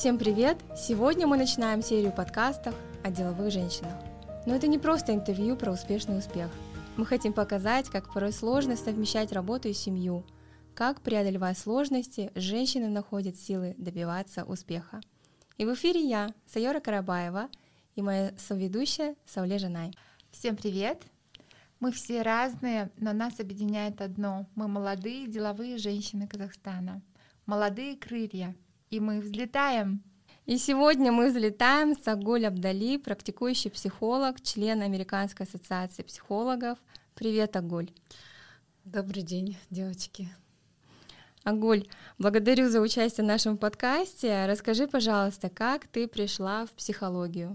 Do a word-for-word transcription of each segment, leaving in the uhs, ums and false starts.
Всем привет! Сегодня мы начинаем серию подкастов о деловых женщинах. Но это не просто интервью про успешный успех. Мы хотим показать, как порой сложно совмещать работу и семью, как, преодолевая сложности, женщины находят силы добиваться успеха. И в эфире я, Сайора Карабаева, и моя соведущая Сауле Жанай. Всем привет! Мы все разные, но нас объединяет одно. Мы молодые деловые женщины Казахстана. Молодые крылья. И мы взлетаем. И сегодня мы взлетаем с Агуль Абдали, практикующий психолог, член Американской ассоциации психологов. Привет, Агуль. Добрый день, девочки. Агуль, благодарю за участие в нашем подкасте. Расскажи, пожалуйста, как ты пришла в психологию?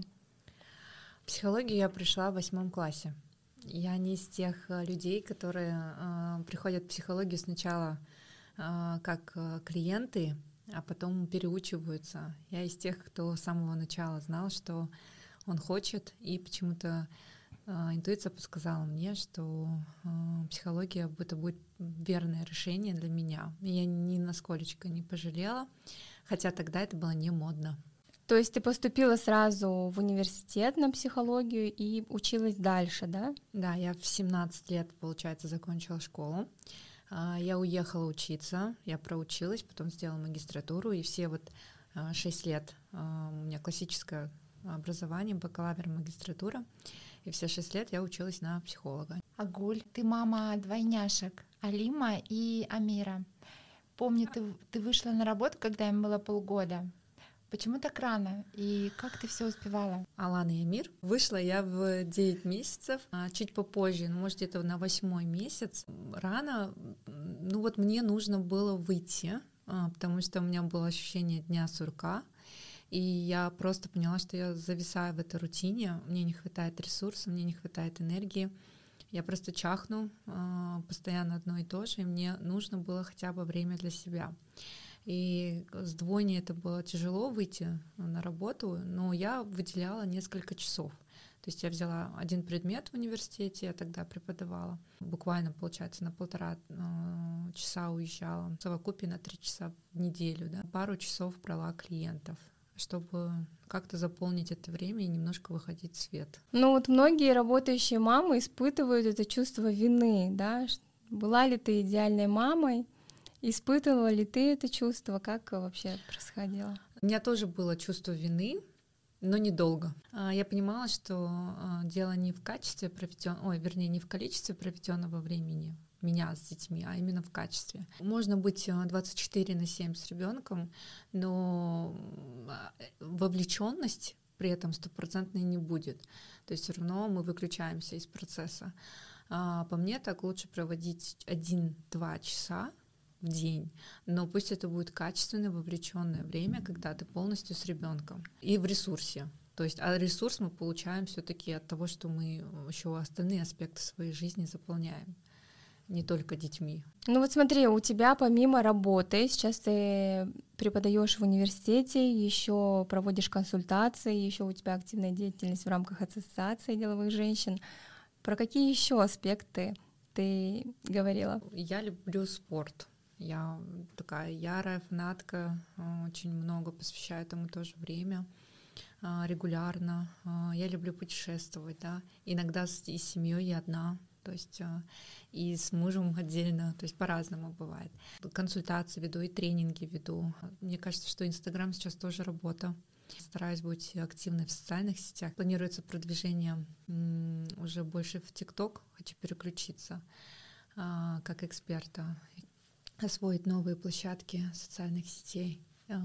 В психологию я пришла в восьмом классе. Я не из тех людей, которые э, приходят в психологию сначала э, как э, клиенты, а потом переучиваются. Я из тех, кто с самого начала знал, что он хочет, и почему-то э, интуиция подсказала мне, что э, психология — это будет верное решение для меня. И я ни насколько не пожалела, хотя тогда это было не модно. То есть ты поступила сразу в университет на психологию и училась дальше, да? Да, я в семнадцать лет, получается, закончила школу. Я уехала учиться, я проучилась, потом сделала магистратуру, и все вот шесть лет у меня классическое образование, бакалавр, магистратура, и все шесть лет я училась на психолога. Агуль, ты мама двойняшек, Алима и Амира. Помню, ты, ты вышла на работу, когда им было полгода. Почему так рано? И как ты все успевала? Алана и Амир. Вышла я в девять месяцев, чуть попозже, ну, может, где-то на восьмой месяц. Рано, ну вот мне нужно было выйти, потому что у меня было ощущение дня сурка, и я просто поняла, что я зависаю в этой рутине, мне не хватает ресурсов, мне не хватает энергии, я просто чахну постоянно одно и то же, и мне нужно было хотя бы время для себя. И с двойней это было тяжело выйти на работу, но я выделяла несколько часов. То есть я взяла один предмет в университете, я тогда преподавала. Буквально, получается, на полтора э, часа уезжала. В совокупе на три часа в неделю. Да. Пару часов брала клиентов, чтобы как-то заполнить это время и немножко выходить в свет. Ну вот многие работающие мамы испытывают это чувство вины, да? Была ли ты идеальной мамой? Испытывала ли ты это чувство? Как вообще происходило? У меня тоже было чувство вины, но недолго. Я понимала, что дело не в качестве проведенного, ой, вернее, не в количестве проведенного времени меня с детьми, а именно в качестве. Можно быть двадцать четыре на семь с ребенком, но вовлеченность при этом стопроцентной не будет. То есть все равно мы выключаемся из процесса. По мне, так лучше проводить один-два часа в день, но пусть это будет качественное, вовлеченное время, когда ты полностью с ребенком и в ресурсе. То есть, а ресурс мы получаем все-таки от того, что мы еще остальные аспекты своей жизни заполняем, не только детьми. Ну вот смотри, у тебя помимо работы, сейчас ты преподаешь в университете, еще проводишь консультации, еще у тебя активная деятельность в рамках ассоциации деловых женщин. Про какие еще аспекты ты говорила? Я люблю спорт. Я такая ярая фанатка, очень много посвящаю этому тоже время, регулярно. Я люблю путешествовать, да, иногда с, и с семьей я одна, то есть и с мужем отдельно, то есть по-разному бывает. Консультации веду и тренинги веду. Мне кажется, что Инстаграм сейчас тоже работа. Стараюсь быть активной в социальных сетях. Планируется продвижение уже больше в ТикТок, хочу переключиться как эксперта, освоить новые площадки социальных сетей.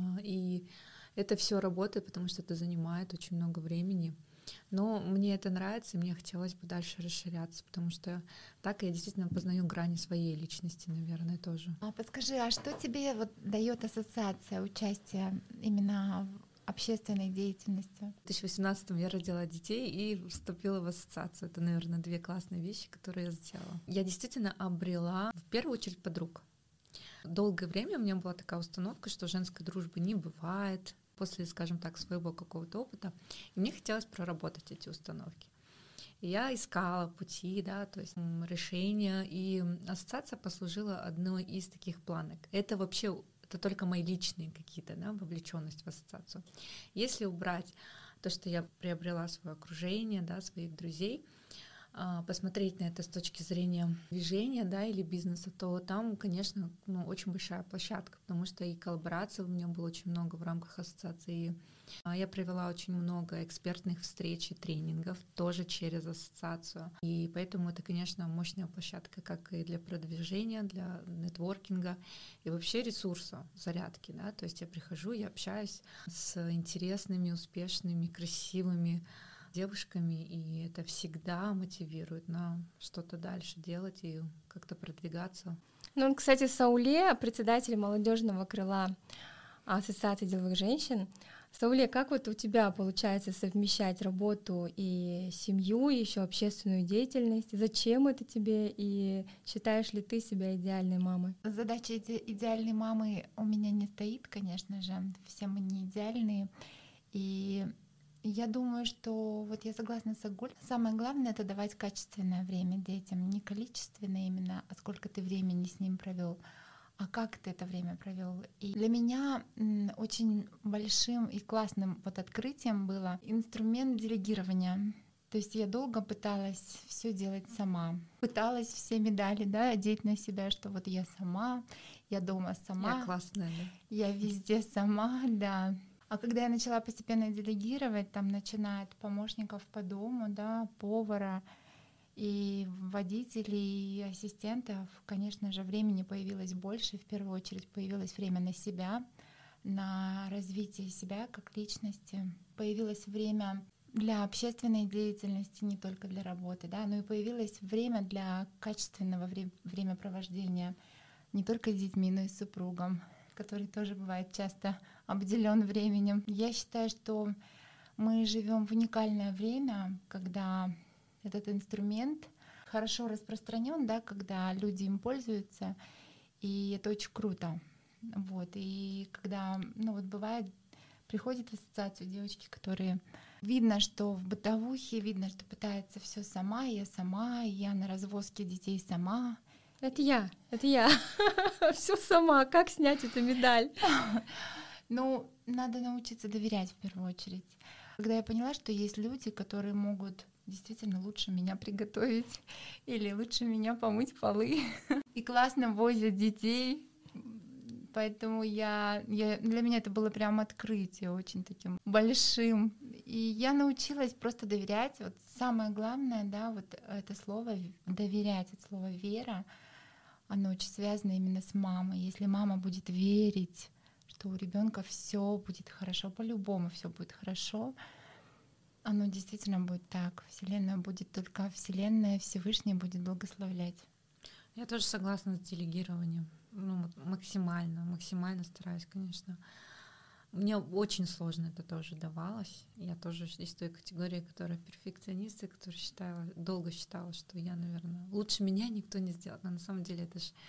И это все работает, потому что это занимает очень много времени. Но мне это нравится, и мне хотелось бы дальше расширяться, потому что так я действительно познаю грани своей личности, наверное, тоже. А подскажи, а что тебе вот дает ассоциация участия именно в общественной деятельности? В две тысячи восемнадцатом я родила детей и вступила в ассоциацию. Это, наверное, две классные вещи, которые я сделала. Я действительно обрела в первую очередь подруг. Долгое время у меня была такая установка, что женской дружбы не бывает после, скажем так, своего какого-то опыта. И мне хотелось проработать эти установки. И я искала пути, да, то есть решения, и ассоциация послужила одной из таких планок. Это вообще Это только мои личные какие-то, да, вовлеченность в ассоциацию. Если убрать то, что я приобрела свое окружение, да, своих друзей, посмотреть на это с точки зрения движения, да, или бизнеса, то там, конечно, ну, очень большая площадка, потому что и коллабораций у меня было очень много в рамках ассоциации. Я провела очень много экспертных встреч и тренингов тоже через ассоциацию. И поэтому это, конечно, мощная площадка как и для продвижения, для нетворкинга и вообще ресурса, зарядки. Да? То есть я прихожу, я общаюсь с интересными, успешными, красивыми девушками, и это всегда мотивирует на что-то дальше делать и как-то продвигаться. Ну, кстати, Сауле, председатель молодежного крыла Ассоциации деловых женщин. Сауле, как вот у тебя получается совмещать работу и семью, и еще общественную деятельность? Зачем это тебе, и считаешь ли ты себя идеальной мамой? Задача иде- идеальной мамы у меня не стоит, конечно же, все мы не идеальные, и я думаю, что вот я согласна с Агуль. Самое главное — это давать качественное время детям, не количественное именно, а сколько ты времени с ним провел, а как ты это время провел. И для меня очень большим и классным вот открытием было инструмент делегирования. То есть я долго пыталась все делать сама, пыталась все медали, да, одеть на себя, что вот я сама, я дома сама, Я классная, да? Я везде сама, да. А когда я начала постепенно делегировать, там, начиная от помощников по дому, да, повара и водителей, и ассистентов, конечно же, времени появилось больше. В первую очередь появилось время на себя, на развитие себя как личности. Появилось время для общественной деятельности, не только для работы, да, но и появилось время для качественного вре- времяпровождения не только с детьми, но и с супругом, который тоже бывает часто обделен временем. Я считаю, что мы живем в уникальное время, когда этот инструмент хорошо распространен, да, когда люди им пользуются, и это очень круто. Вот. И когда, ну вот бывает, приходят в ассоциацию девочки, которые видно, что в бытовухе, видно, что пытается все сама, я сама, я на развозке детей сама. Это я, это я. Все сама. Как снять эту медаль? Ну, надо научиться доверять в первую очередь. Когда я поняла, что есть люди, которые могут действительно лучше меня приготовить или лучше меня помыть полы и классно возят детей, поэтому я, я, для меня это было прям открытие очень таким большим. И я научилась просто доверять. Вот самое главное, да, вот это слово «доверять», это слово «вера», оно очень связано именно с мамой. Если мама будет верить, что у ребенка все будет хорошо, по-любому все будет хорошо, оно действительно будет так. Вселенная будет только Вселенная, Всевышний будет благословлять. Я тоже согласна с делегированием. Ну, максимально, максимально стараюсь, конечно. Мне очень сложно это тоже давалось. Я тоже из той категории, которая перфекционист, и которая считала, долго считала, что я, наверное, лучше меня никто не сделает. Но на самом деле это же,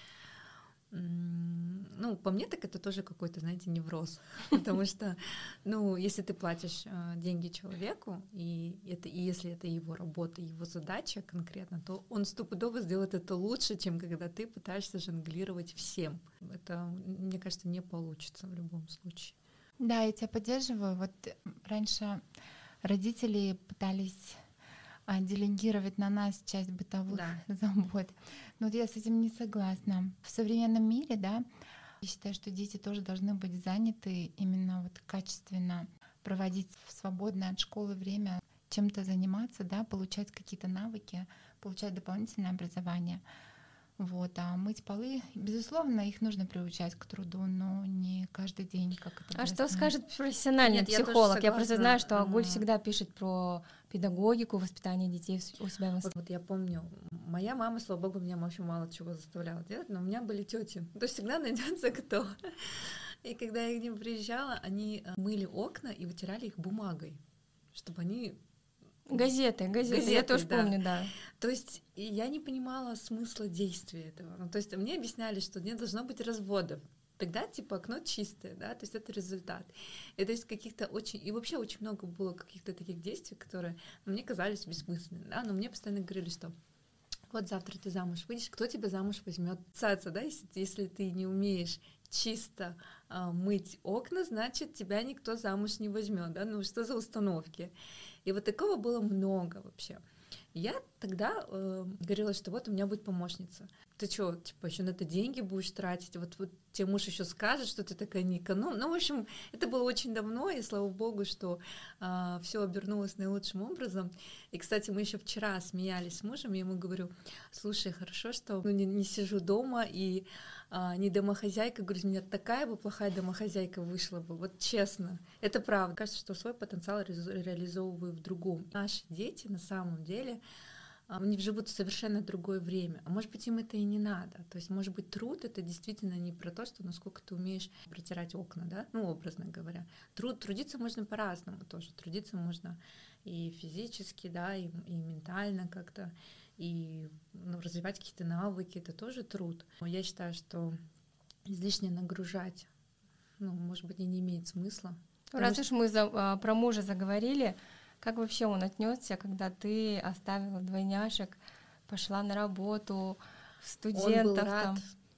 ну, по мне так это тоже какой-то, знаете, невроз. Потому что, ну, если ты платишь деньги человеку, и, это, и если это его работа, его задача конкретно, то он стопудово сделает это лучше, чем когда ты пытаешься жонглировать всем. Это, мне кажется, не получится в любом случае. Да, я тебя поддерживаю. Вот раньше родители пытались а, делегировать на нас часть бытовых да. забот. Но вот я с этим не согласна. В современном мире, да, я считаю, что дети тоже должны быть заняты именно вот качественно, проводить в свободное от школы время, чем-то заниматься, да, получать какие-то навыки, получать дополнительное образование. Вот, а мыть полы, безусловно, их нужно приучать к труду, но не каждый день, как это. А что скажет профессиональный Нет, психолог? Я, я просто знаю, что Агуль а... всегда пишет про педагогику, воспитание детей у себя в вот, вот я помню, моя мама, слава богу, меня вообще мало чего заставляла делать, но у меня были тети. То есть всегда найдется кто. И когда я к ним приезжала, они мыли окна и вытирали их бумагой, чтобы они... Газеты, газеты, газеты, я тоже да. помню, да. То есть я не понимала смысла действия этого. Ну, то есть мне объясняли, что не должно быть разводов. Тогда типа окно чистое, да, то есть это результат. И то есть каких-то очень... И вообще очень много было каких-то таких действий, которые ну, мне казались бессмысленными, да, но мне постоянно говорили, что вот завтра ты замуж выйдешь, кто тебя замуж возьмет? Цаца, да, если, если ты не умеешь чисто а, мыть окна, значит, тебя никто замуж не возьмет, да, ну что за установки? И вот такого было много вообще. Я тогда э, говорила, что вот у меня будет помощница. Ты что, типа, еще на это деньги будешь тратить? Вот, вот тебе муж еще скажет, что ты такая не эконом. Ну, в общем, это было очень давно, и слава богу, что э, все обернулось наилучшим образом. И, кстати, мы еще вчера смеялись с мужем, я ему говорю: слушай, хорошо, что ну, не, не сижу дома и э, не домохозяйка. Говорю, из меня такая бы плохая домохозяйка вышла бы, вот честно. Это правда. Кажется, что свой потенциал ре- реализовываю в другом. Наши дети на самом деле они живут в совершенно другое время. А может быть, им это и не надо. То есть, может быть, труд — это действительно не про то, что насколько ты умеешь протирать окна, да, ну, образно говоря. Труд, трудиться можно по-разному тоже. Трудиться можно и физически, да, и, и ментально как-то, и ну, развивать какие-то навыки — это тоже труд. Но я считаю, что излишне нагружать, ну, может быть, и не имеет смысла. Раз уж что... мы за, про мужа заговорили, как вообще он отнесся, когда ты оставила двойняшек, пошла на работу, студентов? Он был рад. Там?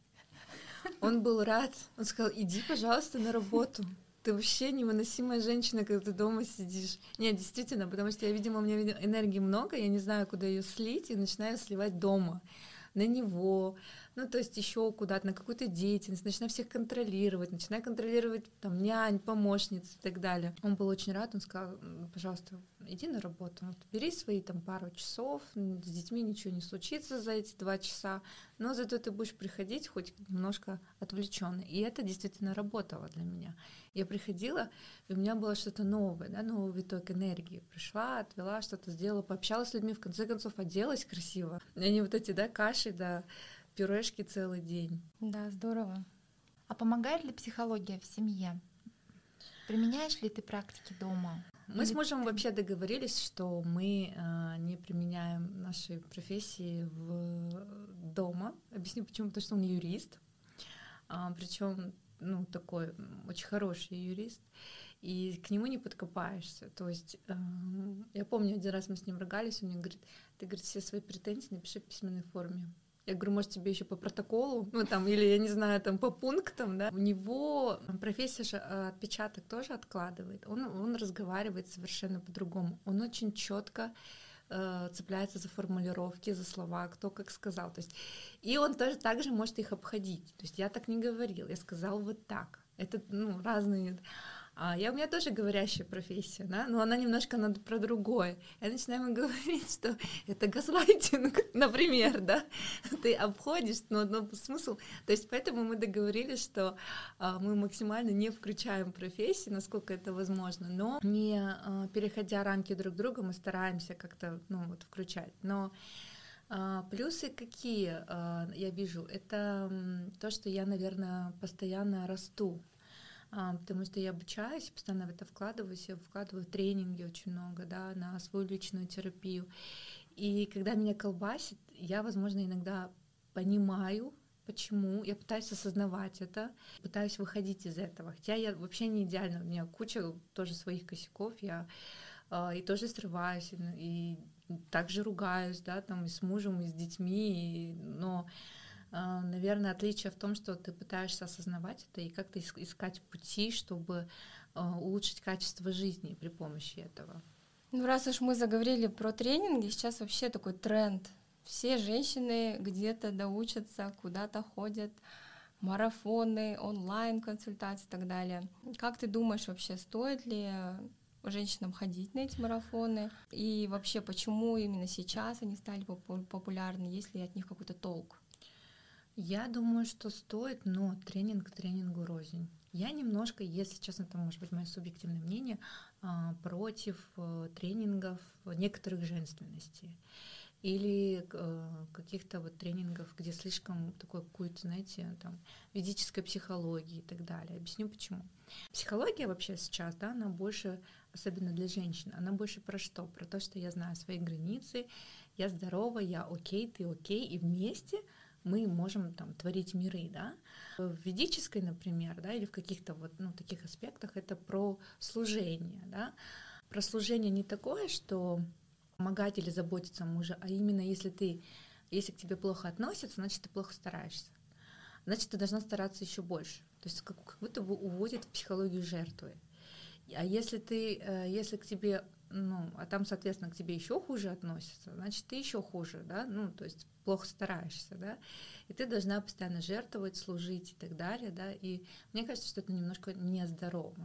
Он был рад. Он сказал: иди, пожалуйста, на работу. Ты вообще невыносимая женщина, когда ты дома сидишь. Нет, действительно, потому что я, видимо, у меня энергии много, я не знаю, куда ее слить, и начинаю сливать дома. На него, ну, то есть еще куда-то, на какую-то деятельность, начинаю всех контролировать, начинаю контролировать там нянь, помощниц и так далее. Он был очень рад, он сказал: пожалуйста, иди на работу, вот, бери свои там пару часов, с детьми ничего не случится за эти два часа, но зато ты будешь приходить хоть немножко отвлечённой. И это действительно работало для меня. Я приходила, и у меня было что-то новое, да, новый виток энергии. Пришла, отвела, что-то сделала, пообщалась с людьми, в конце концов оделась красиво. А не вот эти, да, каши, да, пюрешки целый день. Да, здорово. А помогает ли психология в семье? Применяешь ли ты практики дома? Мы Или с мужем ты... вообще договорились, что мы э, не применяем наши профессии в дома. Объясню почему. Потому что он юрист, а, причем ну, такой очень хороший юрист, и к нему не подкопаешься. То есть э, я помню, один раз мы с ним ругались, он мне говорит: ты, говорит, все свои претензии напиши в письменной форме. Я говорю: может, тебе еще по протоколу, ну там, или, я не знаю, там по пунктам, да. У него профессия же отпечаток тоже откладывает, он, он разговаривает совершенно по-другому, он очень четко э, цепляется за формулировки, за слова, кто как сказал, то есть, и он тоже так же может их обходить, то есть я так не говорил, я сказал вот так, это, ну, разные... А я, у меня тоже говорящая профессия, да, но она немножко над, про другое. Я начинаю ему говорить, что это газлайтинг, например, да, ты обходишь, но, но смысл... То есть поэтому мы договорились, что а, мы максимально не включаем профессии, насколько это возможно, но не а, переходя рамки друг друга, мы стараемся как-то, ну, вот, включать. Но а, плюсы какие а, я вижу? Это то, что я, наверное, постоянно расту. А, потому что я обучаюсь, постоянно в это вкладываюсь, я вкладываю в тренинги очень много, да, на свою личную терапию. И когда меня колбасит, я, возможно, иногда понимаю, почему, я пытаюсь осознавать это, пытаюсь выходить из этого. Хотя я вообще не идеальна, у меня куча тоже своих косяков, я а, и тоже срываюсь, и, и также ругаюсь, да, там и с мужем, и с детьми, и, но... Наверное, отличие в том, что ты пытаешься осознавать это и как-то искать пути, чтобы улучшить качество жизни при помощи этого. Ну, раз уж мы заговорили про тренинги, сейчас вообще такой тренд. Все женщины где-то доучатся, куда-то ходят, марафоны, онлайн-консультации и так далее. Как ты думаешь, вообще стоит ли женщинам ходить на эти марафоны? И вообще, почему именно сейчас они стали популярны? Есть ли от них какой-то толк? Я думаю, что стоит, но тренинг тренингу рознь. Я немножко, если честно, это может быть мое субъективное мнение, против тренингов некоторых женственностей или каких-то вот тренингов, где слишком такой культ, знаете, там, ведической психологии и так далее. Объясню почему. Психология вообще сейчас, да, она больше, особенно для женщин, она больше про что? Про то, что я знаю свои границы, я здорова, я окей, ты окей, и вместе мы можем там творить миры, да. В ведической, например, да, или в каких-то вот, ну, таких аспектах это про служение, да. Про служение не такое, что помогать или заботиться о муже, а именно если ты Если к тебе плохо относятся, значит, ты плохо стараешься. Значит, ты должна стараться еще больше. То есть как, как будто бы уводит в психологию жертвы. А если ты, если к тебе, ну, а там, соответственно, к тебе еще хуже относятся, значит, ты еще хуже, да, ну, то есть плохо стараешься, да, и ты должна постоянно жертвовать, служить и так далее, да, и мне кажется, что это немножко нездорово.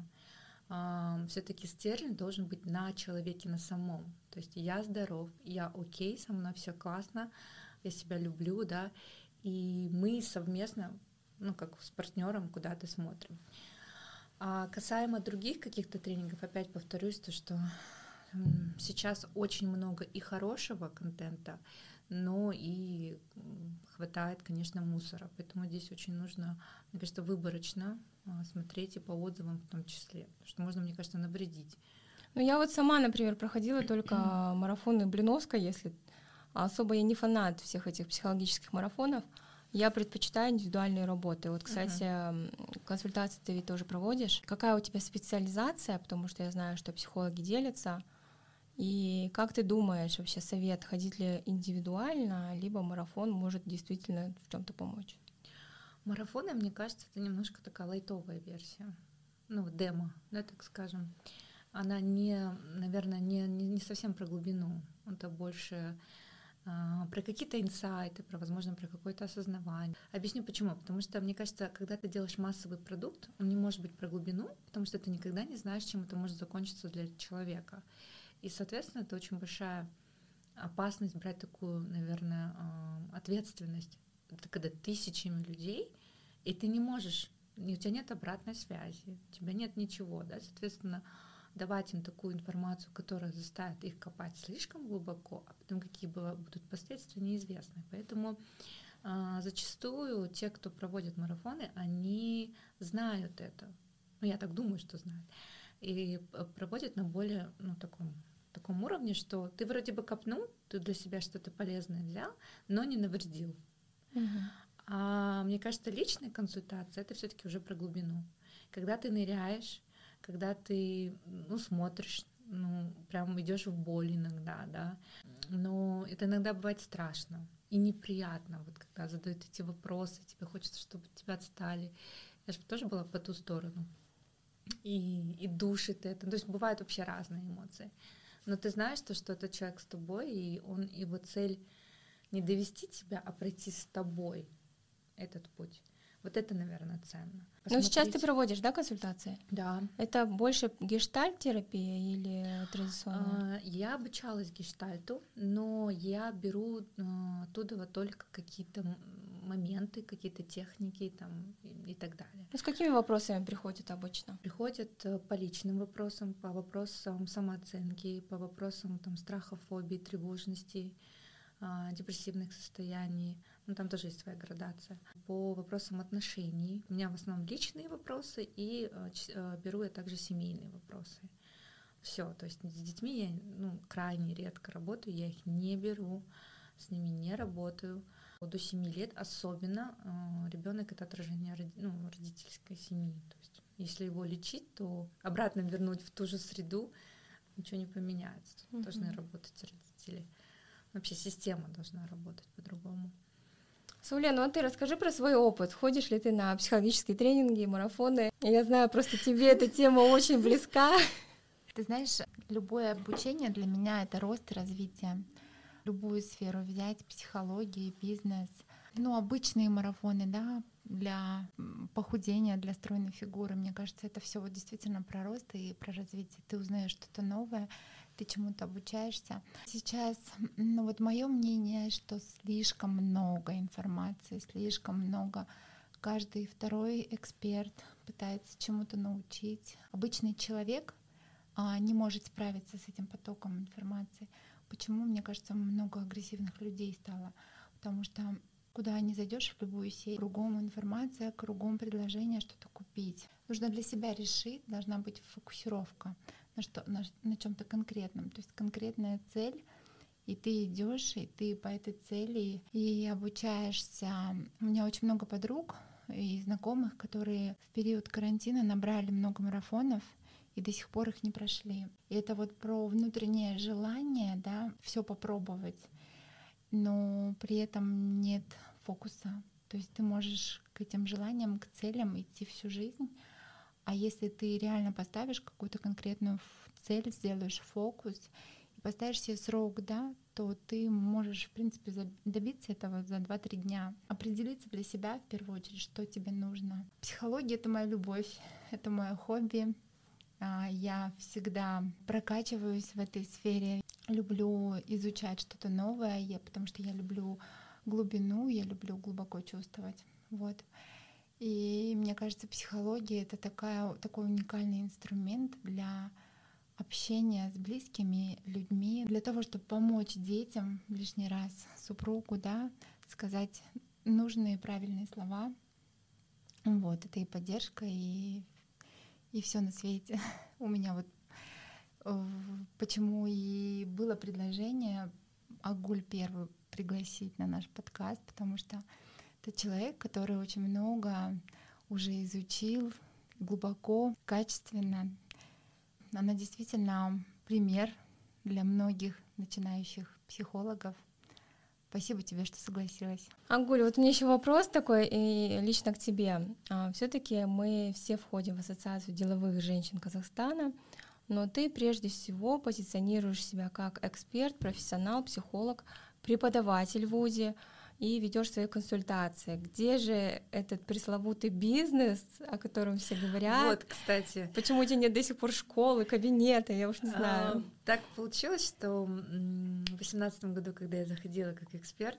Все-таки стержень должен быть на человеке, на самом. То есть я здоров, я окей, со мной все классно, я себя люблю, да, и мы совместно, ну, как с партнером куда-то смотрим. А касаемо других каких-то тренингов, опять повторюсь, то, что сейчас очень много и хорошего контента, но и хватает, конечно, мусора. Поэтому здесь очень нужно, мне кажется, выборочно смотреть и по отзывам в том числе, потому что можно, мне кажется, навредить. Ну, я вот сама, например, проходила только марафоны Блиновской, если особо я не фанат всех этих психологических марафонов. Я предпочитаю индивидуальные работы. Вот, кстати, uh-huh. консультации ты ведь тоже проводишь. Какая у тебя специализация? Потому что я знаю, что психологи делятся. И как ты думаешь, вообще совет, ходить ли индивидуально, либо марафон может действительно в чем-то помочь? Марафоны, мне кажется, это немножко такая лайтовая версия. Ну, демо, да, так скажем. Она не, наверное, не, не, не совсем про глубину. Это больше про какие-то инсайты, про, возможно, про какое-то осознавание. Объясню почему. Потому что, мне кажется, когда ты делаешь массовый продукт, он не может быть про глубину, потому что ты никогда не знаешь, чем это может закончиться для человека. И, соответственно, это очень большая опасность брать такую, наверное, ответственность. Это когда тысячами людей, и ты не можешь, у тебя нет обратной связи, у тебя нет ничего, да, соответственно, давать им такую информацию, которая заставит их копать слишком глубоко, а потом какие будут последствия, неизвестны. Поэтому э, зачастую те, кто проводит марафоны, они знают это. Ну, я так думаю, что знают. И проводят на более, ну, таком, таком уровне, что ты вроде бы копнул, ты для себя что-то полезное взял, но не навредил. Uh-huh. А мне кажется, личная консультация — это все-таки уже про глубину. Когда ты ныряешь, когда ты, ну, смотришь, ну, прям идешь в боль иногда, да, но это иногда бывает страшно и неприятно, вот когда задают эти вопросы, тебе хочется, чтобы от тебя отстали. Я же тоже была по ту сторону, и, и душит это, то есть бывают вообще разные эмоции, но ты знаешь, что, что этот человек с тобой, и он, его цель не довести тебя, а пройти с тобой этот путь. Вот это, наверное, ценно. Ну, сейчас ты проводишь, да, консультации? Да. Это больше гештальт-терапия или традиционная? Я обучалась гештальту, но я беру оттуда вот только какие-то моменты, какие-то техники там, и, и так далее. Ну, с какими вопросами приходят обычно? Приходят по личным вопросам, по вопросам самооценки, по вопросам там, страха, фобий, тревожности, депрессивных состояний. Ну, там тоже есть своя градация. По вопросам отношений. У меня в основном личные вопросы, и э, беру я также семейные вопросы. Все, то есть с детьми я, ну, крайне редко работаю, я их не беру, с ними не работаю. До семи лет особенно э, ребенок — это отражение ну, родительской семьи. То есть если его лечить, то обратно вернуть в ту же среду ничего не поменяется. Тут mm-hmm. должны работать родители. Вообще система должна работать по-другому. Сауля, ну а ты расскажи про свой опыт. Ходишь ли ты на психологические тренинги, марафоны? Я знаю, просто тебе эта тема очень близка. Ты знаешь, любое обучение для меня — это рост и развитие. Любую сферу взять, психология, бизнес. Ну, обычные марафоны, да, для похудения, для стройной фигуры. Мне кажется, это все вот действительно про рост и про развитие. Ты узнаешь что-то новое, ты чему-то обучаешься. Сейчас, ну вот мое мнение, что слишком много информации, слишком много. Каждый второй эксперт пытается чему-то научить. Обычный человек а, не может справиться с этим потоком информации. Почему, мне кажется, много агрессивных людей стало? Потому что куда ни зайдешь, в любую сеть, кругом информация, кругом предложение что-то купить. Нужно для себя решить, должна быть фокусировка на, что, на, на чем-то конкретном, то есть конкретная цель, и ты идешь, и ты по этой цели и обучаешься. У меня очень много подруг и знакомых, которые в период карантина набрали много марафонов и до сих пор их не прошли. И это вот про внутреннее желание, да, все попробовать. но при этом нет фокуса. То есть ты можешь к этим желаниям, к целям идти всю жизнь, а если ты реально поставишь какую-то конкретную цель, сделаешь фокус и поставишь себе срок, да, то ты можешь, в принципе, добиться этого за два-три дня. Определиться для себя, в первую очередь, что тебе нужно. Психология — это моя любовь, это мое хобби. Я всегда прокачиваюсь в этой сфере, люблю изучать что-то новое, я, потому что я люблю глубину, я люблю глубоко чувствовать. Вот. И мне кажется, психология — это такая, такой уникальный инструмент для общения с близкими людьми, для того, чтобы помочь детям лишний раз, супругу, да, сказать нужные правильные слова. Вот, это и поддержка, и, и все на свете. У меня вот почему и было предложение Агуль первую пригласить на наш подкаст, потому что это человек, который очень много уже изучил, глубоко, качественно. Она действительно пример для многих начинающих психологов. Спасибо тебе, что согласилась. Агуль, вот у меня еще вопрос такой, и лично к тебе. Все-таки мы все входим в Ассоциацию деловых женщин Казахстана, но ты прежде всего позиционируешь себя как эксперт, профессионал, психолог, преподаватель в вузе и ведешь свои консультации. Где же этот пресловутый бизнес, о котором все говорят? Вот, кстати. Почему у тебя нет до сих пор школы, кабинета, я уж не знаю. А, так получилось, что в две тысячи восемнадцатом году, когда я заходила как эксперт,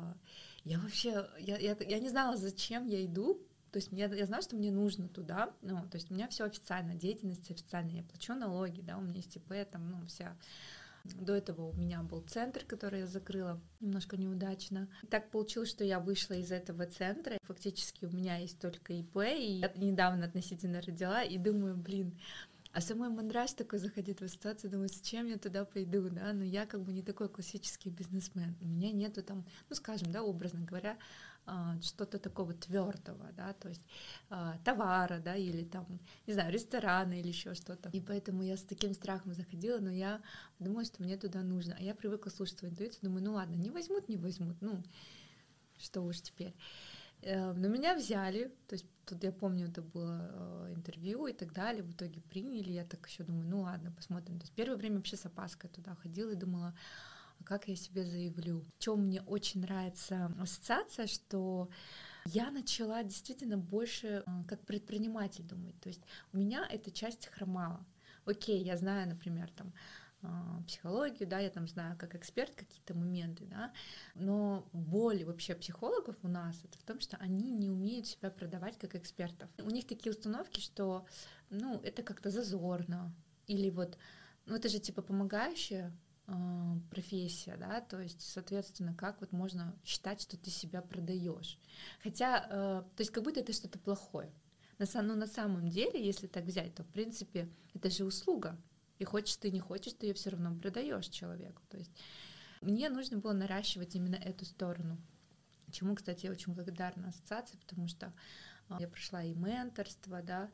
я вообще, я, я, я не знала, зачем я иду. То есть я, я знаю, что мне нужно туда, ну, то есть у меня все официально, деятельность официальная, я плачу налоги, да, у меня есть ИП, там, ну, вся. До этого у меня был центр, который я закрыла немножко неудачно. Так получилось, что я вышла из этого центра. Фактически у меня есть только ИП, и я недавно относительно родила, и думаю, блин, а самой мандраж такой заходит в ситуацию, думаю, с чем я туда пойду, да, но я как бы не такой классический бизнесмен, у меня нету там, ну, скажем, да, образно говоря, что-то такого твердого, да, то есть товара, да, или там, не знаю, ресторана или еще что-то. И поэтому я с таким страхом заходила, но я думала, что мне туда нужно. А я привыкла слушать свою интуицию, думаю, ну ладно, не возьмут, не возьмут, ну, что уж теперь. Но меня взяли, то есть тут я помню, это было интервью и так далее, в итоге приняли, я так еще думаю, ну ладно, посмотрим. То есть первое время вообще с опаской туда ходила и думала, как я себе заявлю. В чем мне очень нравится ассоциация, что я начала действительно больше как предприниматель думать. То есть у меня эта часть хромала. Окей, я знаю, например, там психологию, да, я там знаю как эксперт какие-то моменты, да, но боль вообще психологов у нас это в том, что они не умеют себя продавать как экспертов. У них такие установки, что, ну, это как-то зазорно, или вот, ну, это же типа помогающая профессия, да, то есть, соответственно, как вот можно считать, что ты себя продаешь, хотя, то есть, как будто это что-то плохое. На, ну, на самом деле, если так взять, то в принципе это же услуга, и хочешь ты не хочешь, ты ее все равно продаешь человеку. То есть мне нужно было наращивать именно эту сторону, чему, кстати, я очень благодарна ассоциации, потому что я прошла и менторство, да,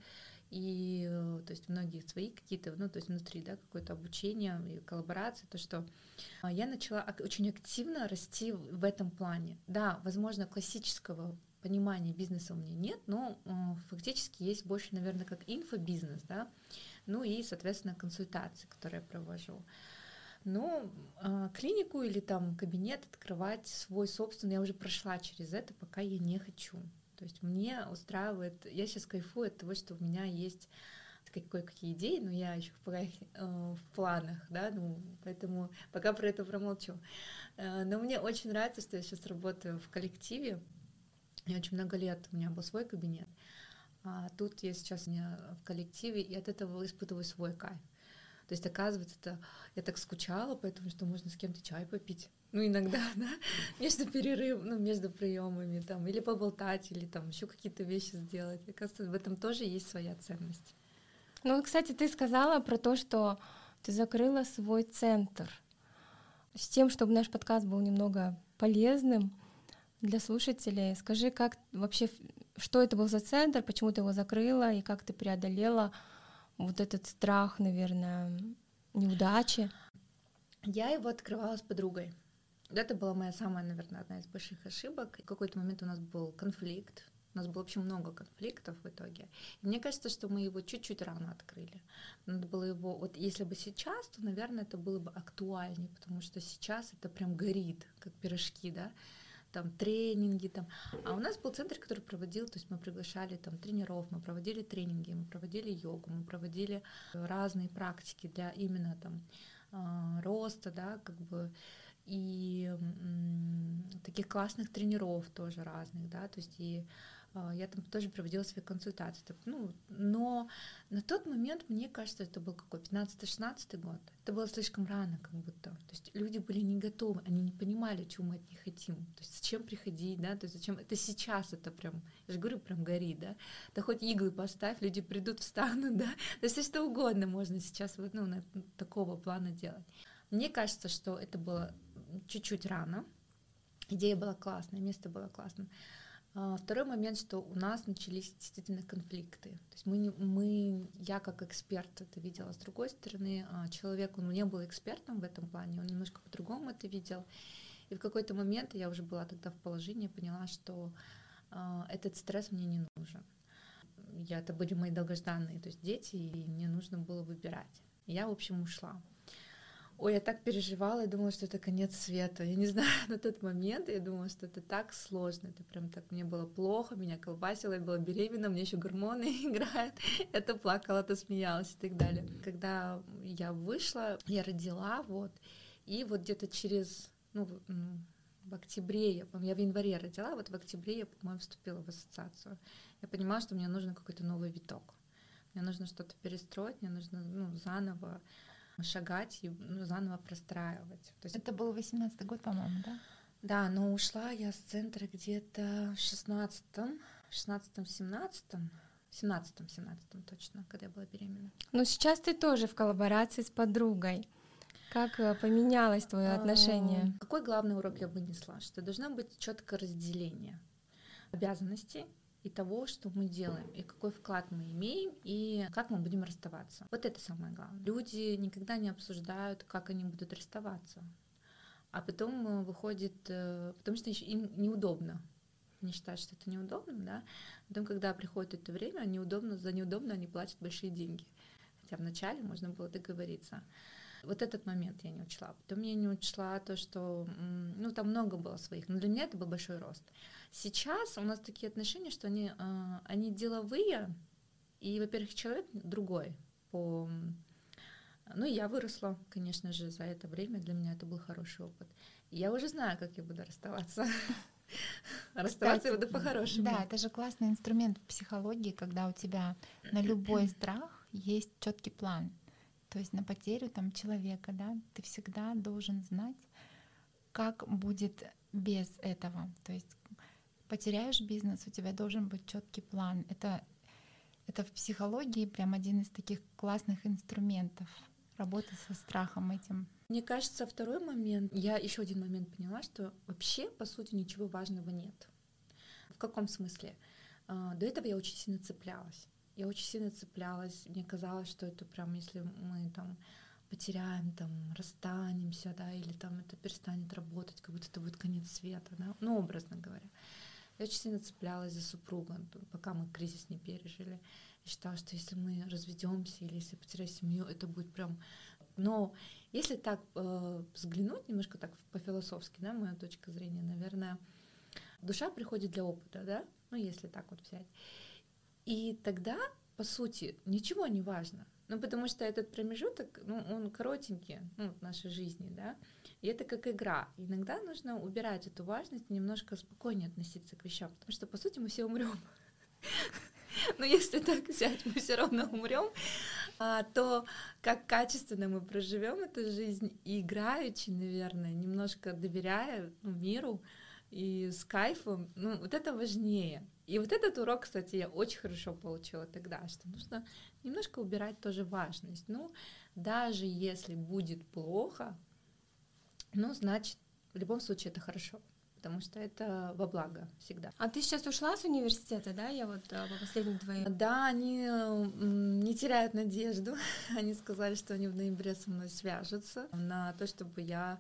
и то есть многие свои какие-то, ну, то есть внутри, да, какое-то обучение и коллаборации, то, что я начала очень активно расти в этом плане. Да, возможно, классического понимания бизнеса у меня нет, но фактически есть больше, наверное, как инфобизнес, да, ну и, соответственно, консультации, которые я провожу. Ну, клинику или там кабинет открывать свой собственный, я уже прошла через это, пока я не хочу. То есть мне устраивает, я сейчас кайфую от того, что у меня есть кое-какие идеи, но я еще пока э, в планах, да, ну, поэтому пока про это промолчу. Э, но мне очень нравится, что я сейчас работаю в коллективе. Я очень много лет, у меня был свой кабинет, а тут я сейчас у меня в коллективе, и от этого испытываю свой кайф. То есть, оказывается, это, я так скучала, поэтому что можно с кем-то чай попить. Ну, иногда, да, между перерывом, ну, между приемами, там, или поболтать, или там еще какие-то вещи сделать. Оказывается, в этом тоже есть своя ценность. Ну, кстати, ты сказала про то, что ты закрыла свой центр. С тем, чтобы наш подкаст был немного полезным для слушателей, скажи, как вообще, что это был за центр, почему ты его закрыла, и как ты преодолела вот этот страх, наверное, неудачи? Я его открывала с подругой. Это была моя самая, наверное, одна из больших ошибок. В какой-то момент у нас был конфликт. У нас было вообще много конфликтов в итоге. И мне кажется, что мы его чуть-чуть рано открыли. Надо было его... Вот если бы сейчас, то, наверное, это было бы актуальнее, потому что сейчас это прям горит, как пирожки, да, там тренинги, там. А у нас был центр, который проводил, то есть мы приглашали там тренеров, мы проводили тренинги, мы проводили йогу, мы проводили разные практики для именно там роста, да, как бы, и м, таких классных тренеров тоже разных, да, то есть и э, я там тоже проводила свои консультации, так, ну, но на тот момент, мне кажется, это был какой, пятнадцатый-шестнадцатый год, это было слишком рано как будто, то есть люди были не готовы, они не понимали, чего мы от них хотим, то есть зачем приходить, да, то есть зачем, это сейчас это прям, я же говорю, прям горит, да, да хоть иглы поставь, люди придут, встанут, да, то есть что угодно можно сейчас вот, ну, на, такого плана делать. Мне кажется, что это было чуть-чуть рано. Идея была классная, место было классным. Второй момент, что у нас начались действительно конфликты. То есть мы, мы, я как эксперт это видела с другой стороны, человек, он не был экспертом в этом плане, он немножко по-другому это видел. И в какой-то момент я уже была тогда в положении, поняла, что этот стресс мне не нужен. Я, это были мои долгожданные, то есть дети, и мне нужно было выбирать. Я, в общем, ушла. Ой, я так переживала, я думала, что это конец света. Я не знаю, на тот момент я думала, что это так сложно, это прям так, мне было плохо, меня колбасило, я была беременна, мне еще гормоны играют, я то плакала, то смеялась и так далее. Когда я вышла, я родила, вот, и вот где-то через, ну, в октябре, я помню, я в январе родила, вот в октябре я, по-моему, вступила в ассоциацию. Я понимала, что мне нужен какой-то новый виток, мне нужно что-то перестроить, мне нужно, ну, заново шагать и, ну, заново простраивать. То есть это был восемнадцатый год, по-моему, да? Да, но ушла я с центра где-то в шестнадцатом, шестнадцатом, семнадцатом, семнадцатом, семнадцатом точно, когда я была беременна. Но сейчас ты тоже в коллаборации с подругой. Как поменялось твое отношение? А, какой главный урок я вынесла? Что должно быть четкое разделение обязанностей и того, что мы делаем, и какой вклад мы имеем, и как мы будем расставаться. Вот это самое главное. Люди никогда не обсуждают, как они будут расставаться, а потом выходит, потому что им неудобно. Они считают, что это неудобно, да. Потом, когда приходит это время, неудобно, за неудобно они платят большие деньги. Хотя вначале можно было договориться. Вот этот момент я не учла. Потом я не учла то, что, ну, там много было своих, но для меня это был большой рост. Сейчас у нас такие отношения, что они, они деловые, и, во-первых, человек другой. По... Ну, я выросла, конечно же, за это время, для меня это был хороший опыт. И я уже знаю, как я буду расставаться. Расставаться я буду по-хорошему. Да, это же классный инструмент в психологии, когда у тебя на любой страх есть четкий план. То есть на потерю там человека, да, ты всегда должен знать, как будет без этого. То есть потеряешь бизнес, у тебя должен быть четкий план. Это, это в психологии прям один из таких классных инструментов работы со страхом этим. Мне кажется, второй момент, я еще один момент поняла, что вообще, по сути, ничего важного нет. В каком смысле? До этого я очень сильно цеплялась. Я очень сильно цеплялась, мне казалось, что это прям, если мы там потеряем, там, расстанемся, да, или там это перестанет работать, как будто это будет конец света, да, ну, образно говоря. Я очень сильно цеплялась за супруга, пока мы кризис не пережили. Я считала, что если мы разведемся или если потеряем семью, это будет прям... Но если так э, взглянуть, немножко так по-философски, да, моя точка зрения, наверное, душа приходит для опыта, да, ну, если так вот взять. И тогда, по сути, ничего не важно. Ну, потому что этот промежуток, ну, он коротенький, ну, в нашей жизни, да, и это как игра. Иногда нужно убирать эту важность и немножко спокойнее относиться к вещам, потому что, по сути, мы все умрем. Но если так взять, мы все равно умрем, то как качественно мы проживем эту жизнь, и играючи, наверное, немножко доверяя миру и с кайфом, ну, вот это важнее. И вот этот урок, кстати, я очень хорошо получила тогда, что нужно немножко убирать тоже важность. Ну, даже если будет плохо, ну, значит, в любом случае это хорошо, потому что это во благо всегда. А ты сейчас ушла с университета, да? Я вот по последним твоим... Да, они не теряют надежду. Они сказали, что они в ноябре со мной свяжутся на то, чтобы я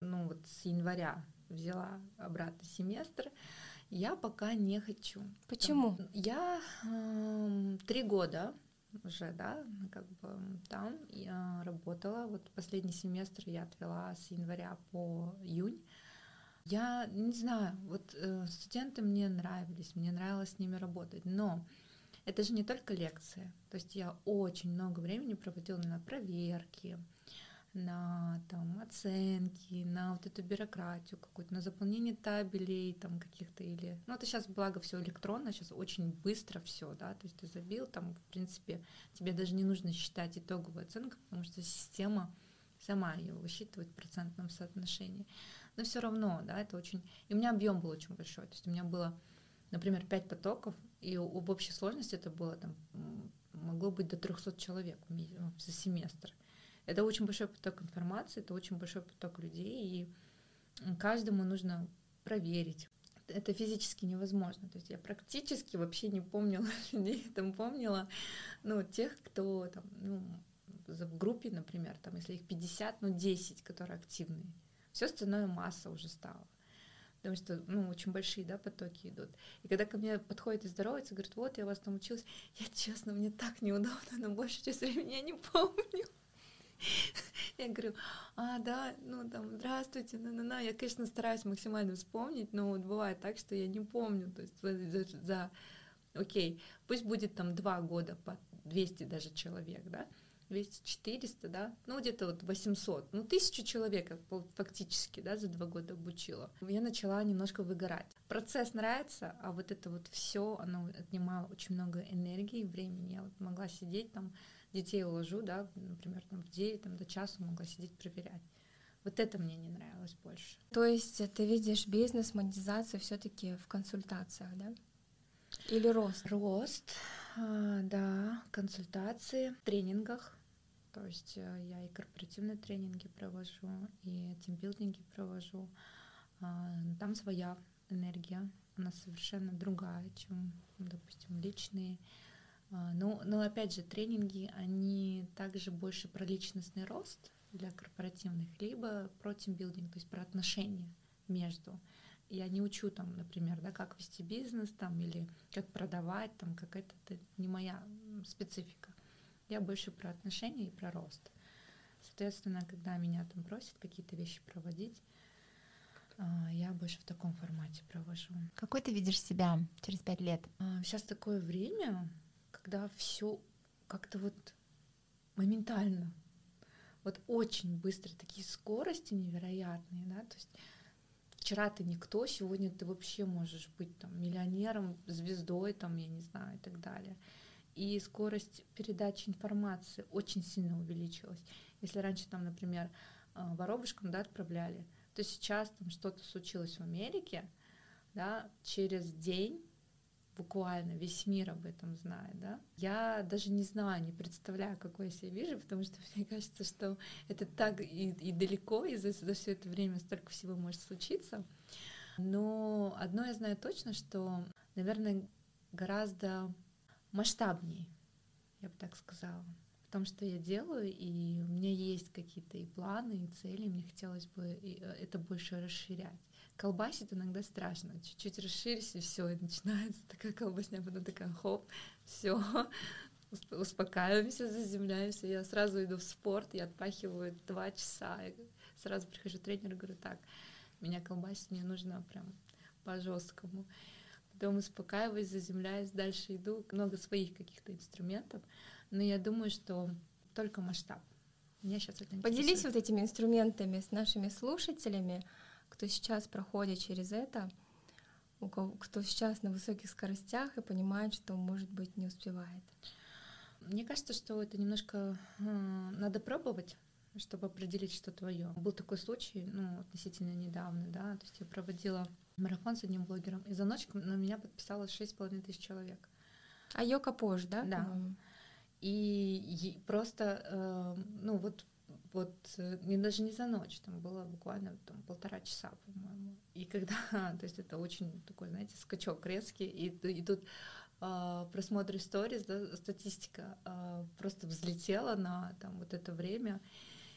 ну вот с января взяла обратно семестр, я пока не хочу. Почему? Я э, три года уже, да, как бы там я работала. Вот последний семестр я отвела с января по июнь. Я не знаю, вот э, студенты мне нравились, мне нравилось с ними работать, но это же не только лекции. То есть я очень много времени проводила на проверки, на там, оценки, на вот эту бюрократию какую-то, на заполнение табелей там каких-то или... Ну, это сейчас, благо, все электронно, сейчас очень быстро все, да, то есть ты забил, там, в принципе, тебе даже не нужно считать итоговую оценку, потому что система сама ее высчитывает в процентном соотношении. Но все равно, да, это очень... И у меня объем был очень большой, то есть у меня было, например, пять потоков, и в общей сложности это было там, могло быть до трехсот человек за семестр. Это очень большой поток информации, это очень большой поток людей, и каждому нужно проверить. Это физически невозможно. То есть я практически вообще не помнила людей, там помнила, ну, тех, кто там, ну, в группе, например, там, если их пятьдесят, ну, десять, которые активные. Все остальное масса уже стала. Потому что, ну, очень большие, да, потоки идут. И когда ко мне подходит и здоровается, говорит, вот, я вас там училась, я, честно, мне так неудобно, но большую часть времени я не помню. Я говорю, а, да, ну там, здравствуйте, на-на-на. Я, конечно, стараюсь максимально вспомнить, но вот бывает так, что я не помню. То есть за, за, за окей, пусть будет там два года по двести даже человек, да, двести-четыреста, да, ну где-то вот восемьсот, ну тысячу человек фактически, да, за два года обучила. Я начала немножко выгорать. Процесс нравится, а вот это вот все, оно отнимало очень много энергии и времени. Я вот могла сидеть там, детей уложу, да, например, там в девять, там до часу могла сидеть проверять. Вот это мне не нравилось больше. То есть ты видишь бизнес, монетизацию все-таки в консультациях, да? Или рост? Рост, да, консультации, тренингах. То есть я и корпоративные тренинги провожу, и тимбилдинги провожу. Там своя энергия, она совершенно другая, чем, допустим, личные. Но, но опять же, тренинги, они также больше про личностный рост для корпоративных, либо про тимбилдинг, то есть про отношения между. Я не учу там, например, да, как вести бизнес там, или как продавать, там, как это, это не моя специфика. Я больше про отношения и про рост. Соответственно, когда меня там просят какие-то вещи проводить, я больше в таком формате провожу. Какой ты видишь себя через пять лет? Сейчас такое время, когда все как-то вот моментально, вот очень быстро, такие скорости невероятные, да, то есть вчера ты никто, сегодня ты вообще можешь быть там миллионером, звездой, там, я не знаю, и так далее. И скорость передачи информации очень сильно увеличилась. Если раньше там, например, воробушкам, да, отправляли, то сейчас там что-то случилось в Америке, да, через день буквально весь мир об этом знает, да. Я даже не знаю, не представляю, какой я себя вижу, потому что мне кажется, что это так и, и далеко, и за, за все это время столько всего может случиться. Но одно я знаю точно, что, наверное, гораздо масштабнее, я бы так сказала, в том, что я делаю, и у меня есть какие-то и планы, и цели, и мне хотелось бы это больше расширять. Колбасит иногда страшно, чуть-чуть расширись, и все, и начинается такая колбасня, потом такая хоп, все, успокаиваемся, заземляемся, я сразу иду в спорт, я отпахиваю два часа, я сразу прихожу к тренеру, говорю, так, меня колбасит, мне нужно прям по-жесткому. Потом успокаиваюсь, заземляюсь, дальше иду, много своих каких-то инструментов, но я думаю, что только масштаб. Меня сейчас это интересует. Поделись вот этими инструментами с нашими слушателями, кто сейчас проходит через это, у кого, кто сейчас на высоких скоростях и понимает, что, может быть, не успевает. Мне кажется, что это немножко э, надо пробовать, чтобы определить, что твое. Был такой случай, ну, относительно недавно, да, то есть я проводила марафон с одним блогером, и за ночь на меня подписалось шесть с половиной тысяч человек. А Йока Пош, да? Да. По-моему? И, и просто, э, ну вот, вот не, даже не за ночь, там было буквально там, полтора часа, по-моему. И когда, то есть это очень такой, знаете, скачок резкий, и, и тут э, просмотры сторис, да, статистика э, просто взлетела на там, вот это время.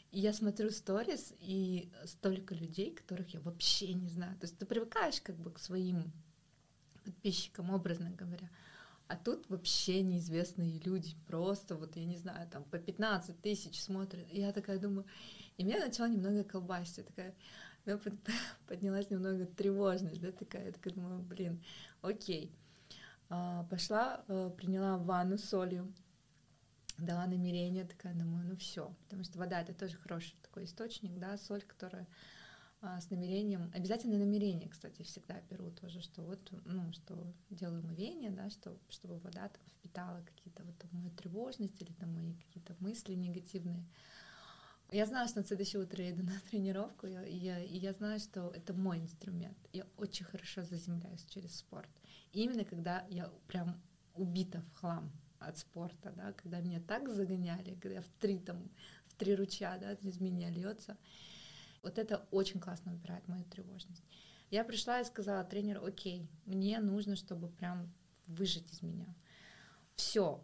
И я смотрю сторис, и столько людей, которых я вообще не знаю. То есть ты привыкаешь как бы к своим подписчикам, образно говоря. А тут вообще неизвестные люди, просто вот, я не знаю, там по пятнадцать тысяч смотрят. И я такая думаю, и меня начала немного колбасить. Я такая, у меня поднялась немного тревожность, да, такая, я такая думаю, блин, окей. А, пошла, приняла ванну с солью, дала намерение, такая, думаю, ну все, потому что вода — это тоже хороший такой источник, да, соль, которая а, с намерением, обязательно намерение, кстати, всегда беру тоже, что вот, ну, что делаю омовение, да, что, чтобы вода там впитала какие-то вот там мою тревожность или там мои какие-то мысли негативные. Я знаю, что на следующее утро я иду на тренировку, и я, и я знаю, что это мой инструмент. Я очень хорошо заземляюсь через спорт. И именно когда я прям убита в хлам от спорта, да, когда меня так загоняли, когда я в три, там, в три ручья, да, из меня льется, вот это очень классно убирает мою тревожность. Я пришла и сказала тренеру, окей, мне нужно, чтобы прям выжать из меня. Все,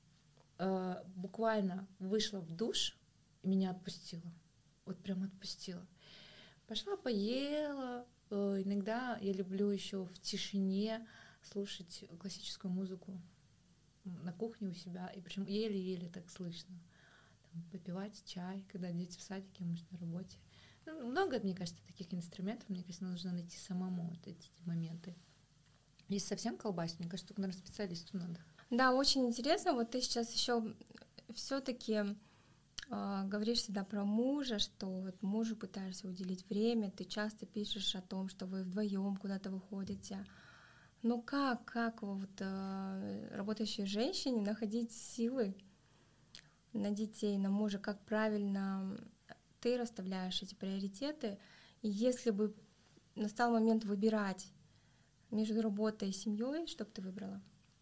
э, буквально вышла в душ, и меня отпустила, вот прям отпустила. Пошла, поела, э, иногда я люблю еще в тишине слушать классическую музыку на кухне у себя, и причем еле-еле так слышно. Там, попивать чай, когда дети в садике, может, на работе. Ну, много, мне кажется, таких инструментов, мне кажется, нужно найти самому вот эти моменты. Если совсем колбасить, мне кажется, только, наверное, специалисту надо. Да, очень интересно. Вот ты сейчас еще все-таки э, говоришь всегда про мужа, что вот мужу пытаешься уделить время, ты часто пишешь о том, что вы вдвоем куда-то выходите. Ну как, как вот э, работающей женщине находить силы на детей, на мужа, как правильно ты расставляешь эти приоритеты, и если бы настал момент выбирать между работой и семьей, что бы ты выбрала?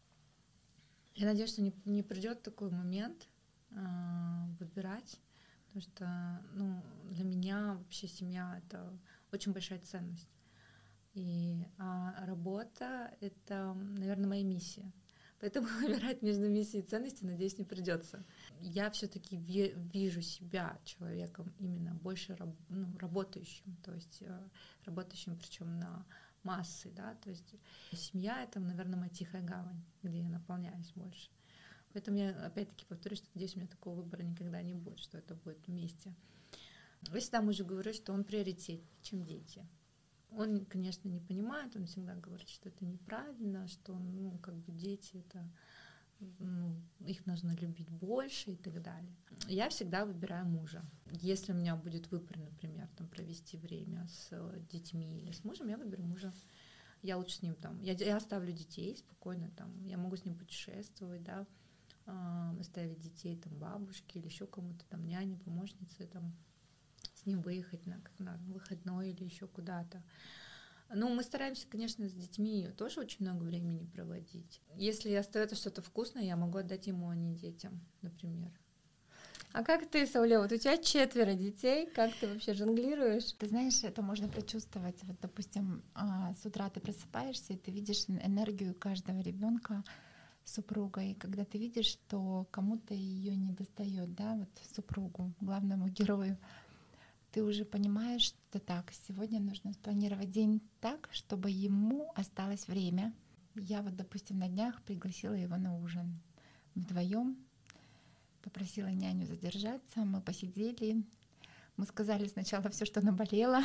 Я надеюсь, что не, не придет такой момент э, выбирать, потому что, ну, для меня вообще семья — это очень большая ценность. И а работа — это, наверное, моя миссия. Поэтому выбирать между миссией и ценностью, надеюсь, не придется. Я все-таки вижу себя человеком именно больше раб, ну, работающим, то есть э, работающим причем на массы, да, то есть семья — это, наверное, моя тихая гавань, где я наполняюсь больше. Поэтому я опять-таки повторюсь, что надеюсь, у меня такого выбора никогда не будет, что это будет вместе. Я всегда мужу говорю, что он приоритетнее, чем дети. Он, конечно, не понимает, он всегда говорит, что это неправильно, что, ну, как бы дети — это, ну, их нужно любить больше и так далее. Я всегда выбираю мужа. Если у меня будет выбор, например, там, провести время с детьми или с мужем, я выберу мужа. Я лучше с ним там, я, я оставлю детей спокойно, там, я могу с ним путешествовать, да, э, оставить детей там бабушке или еще кому-то, там, няне, помощнице, там, с ним выехать на, на выходной или еще куда-то. Ну, мы стараемся, конечно, с детьми тоже очень много времени проводить. Если остается что-то вкусное, я могу отдать ему, а не детям, например. А как ты, Сауля, вот у тебя четверо детей, как ты вообще жонглируешь? Ты знаешь, это можно прочувствовать. Вот, допустим, с утра ты просыпаешься, и ты видишь энергию каждого ребенка, супруга, и когда ты видишь, что кому-то ее не достает, да, вот супругу, главному герою, ты уже понимаешь, что так, сегодня нужно спланировать день так, чтобы ему осталось время. Я вот, допустим, на днях пригласила его на ужин вдвоем, попросила няню задержаться, мы посидели, мы сказали сначала все, что наболело,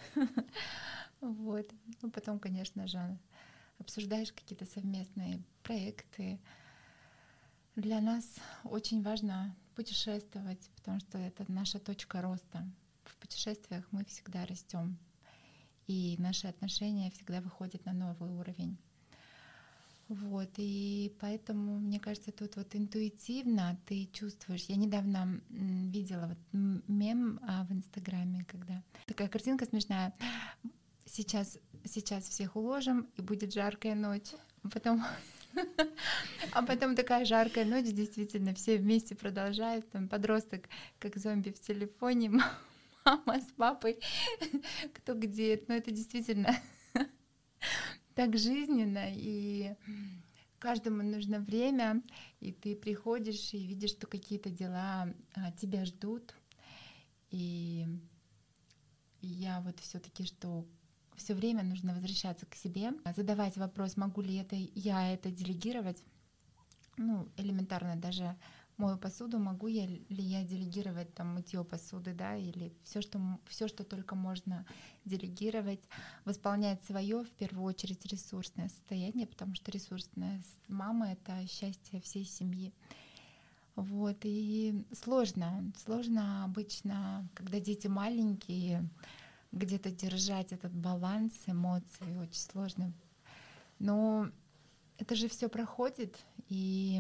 вот, ну потом, конечно же, обсуждаешь какие-то совместные проекты. Для нас очень важно путешествовать, потому что это наша точка роста. В путешествиях мы всегда растем, и наши отношения всегда выходят на новый уровень. Вот, и поэтому, мне кажется, тут вот интуитивно ты чувствуешь. Я недавно видела вот мем в Инстаграме, когда такая картинка смешная. Сейчас, сейчас всех уложим, и будет жаркая ночь. Потом... А потом такая жаркая ночь, действительно, все вместе продолжают. Там подросток, как зомби в телефоне, мама с папой, кто где. Но это действительно так жизненно, и каждому нужно время, и ты приходишь и видишь, что какие-то дела тебя ждут, И я вот все-таки, что все время нужно возвращаться к себе, задавать вопрос, могу ли это я это делегировать. Ну, элементарно даже мою посуду, могу я ли я делегировать там мытье посуды, да, или все, что все, что только можно делегировать, восполнять свое в первую очередь ресурсное состояние, потому что ресурсная мама — это счастье всей семьи. Вот, и сложно, сложно обычно, когда дети маленькие, где-то держать этот баланс эмоций, очень сложно. Но это же все проходит, и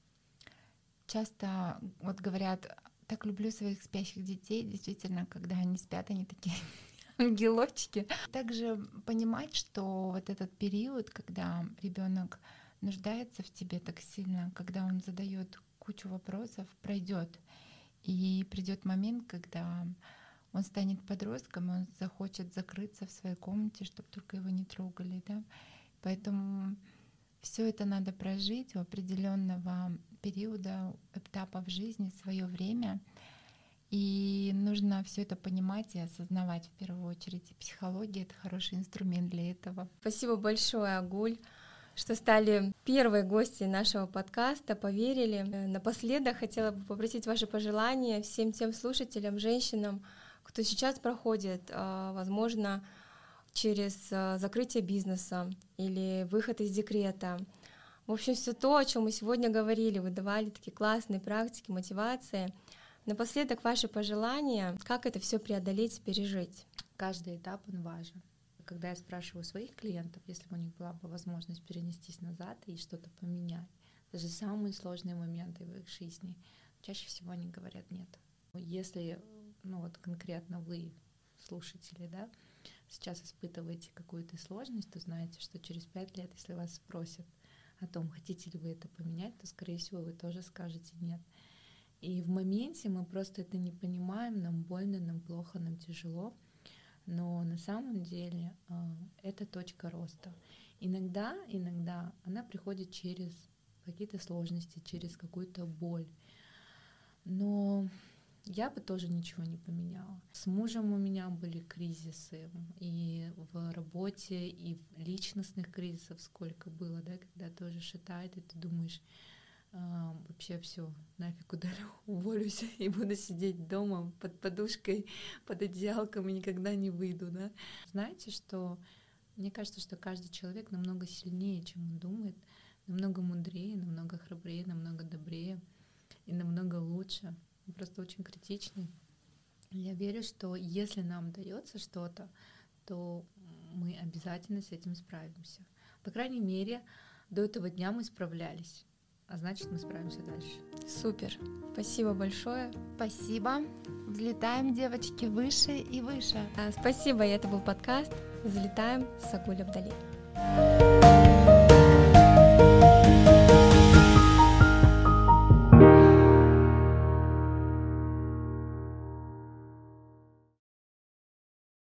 часто вот говорят, так люблю своих спящих детей, действительно, когда они спят, они такие ангелочки. Также понимать, что вот этот период, когда ребенок нуждается в тебе так сильно, когда он задает кучу вопросов, пройдет. И придет момент, когда он станет подростком, и он захочет закрыться в своей комнате, чтобы только его не трогали. Да? Поэтому все это надо прожить у определенного периода, этапа в жизни, свое время. И нужно все это понимать и осознавать в первую очередь. И психология — это хороший инструмент для этого. Спасибо большое, Агуль, что стали первой гостьей нашего подкаста, поверили. Напоследок хотела бы попросить ваши пожелания всем тем слушателям, женщинам, кто сейчас проходит, возможно, через закрытие бизнеса или выход из декрета. В общем, все то, о чем мы сегодня говорили, вы давали такие классные практики, мотивации. Напоследок ваши пожелания, как это все преодолеть, пережить. Каждый этап, он важен. Когда я спрашиваю своих клиентов, если бы у них была бы возможность перенестись назад и что-то поменять, даже самые сложные моменты в их жизни, чаще всего они говорят нет. Если, ну вот конкретно вы, слушатели, да, сейчас испытываете какую-то сложность, то знаете, что через пять лет, если вас спросят о том, хотите ли вы это поменять, то, скорее всего, вы тоже скажете нет. И в моменте мы просто это не понимаем, нам больно, нам плохо, нам тяжело. Но на самом деле э, это точка роста. Иногда, иногда она приходит через какие-то сложности, через какую-то боль. Но я бы тоже ничего не поменяла. С мужем у меня были кризисы и в работе, и в личностных кризисах сколько было, да, когда тоже шатает, и ты думаешь, Uh, вообще все, нафиг удалю, уволюсь и буду сидеть дома под подушкой, под одеялком и никогда не выйду, да. Знаете, что мне кажется, что каждый человек намного сильнее, чем он думает, намного мудрее, намного храбрее, намного добрее и намного лучше. Он просто очень критичный. Я верю, что если нам дается что-то, то мы обязательно с этим справимся. По крайней мере, до этого дня мы справлялись. А значит, мы справимся дальше. Супер. Спасибо большое. Спасибо. Взлетаем, девочки, выше и выше. А, спасибо. И это был подкаст «Взлетаем» с Агуль Абдали.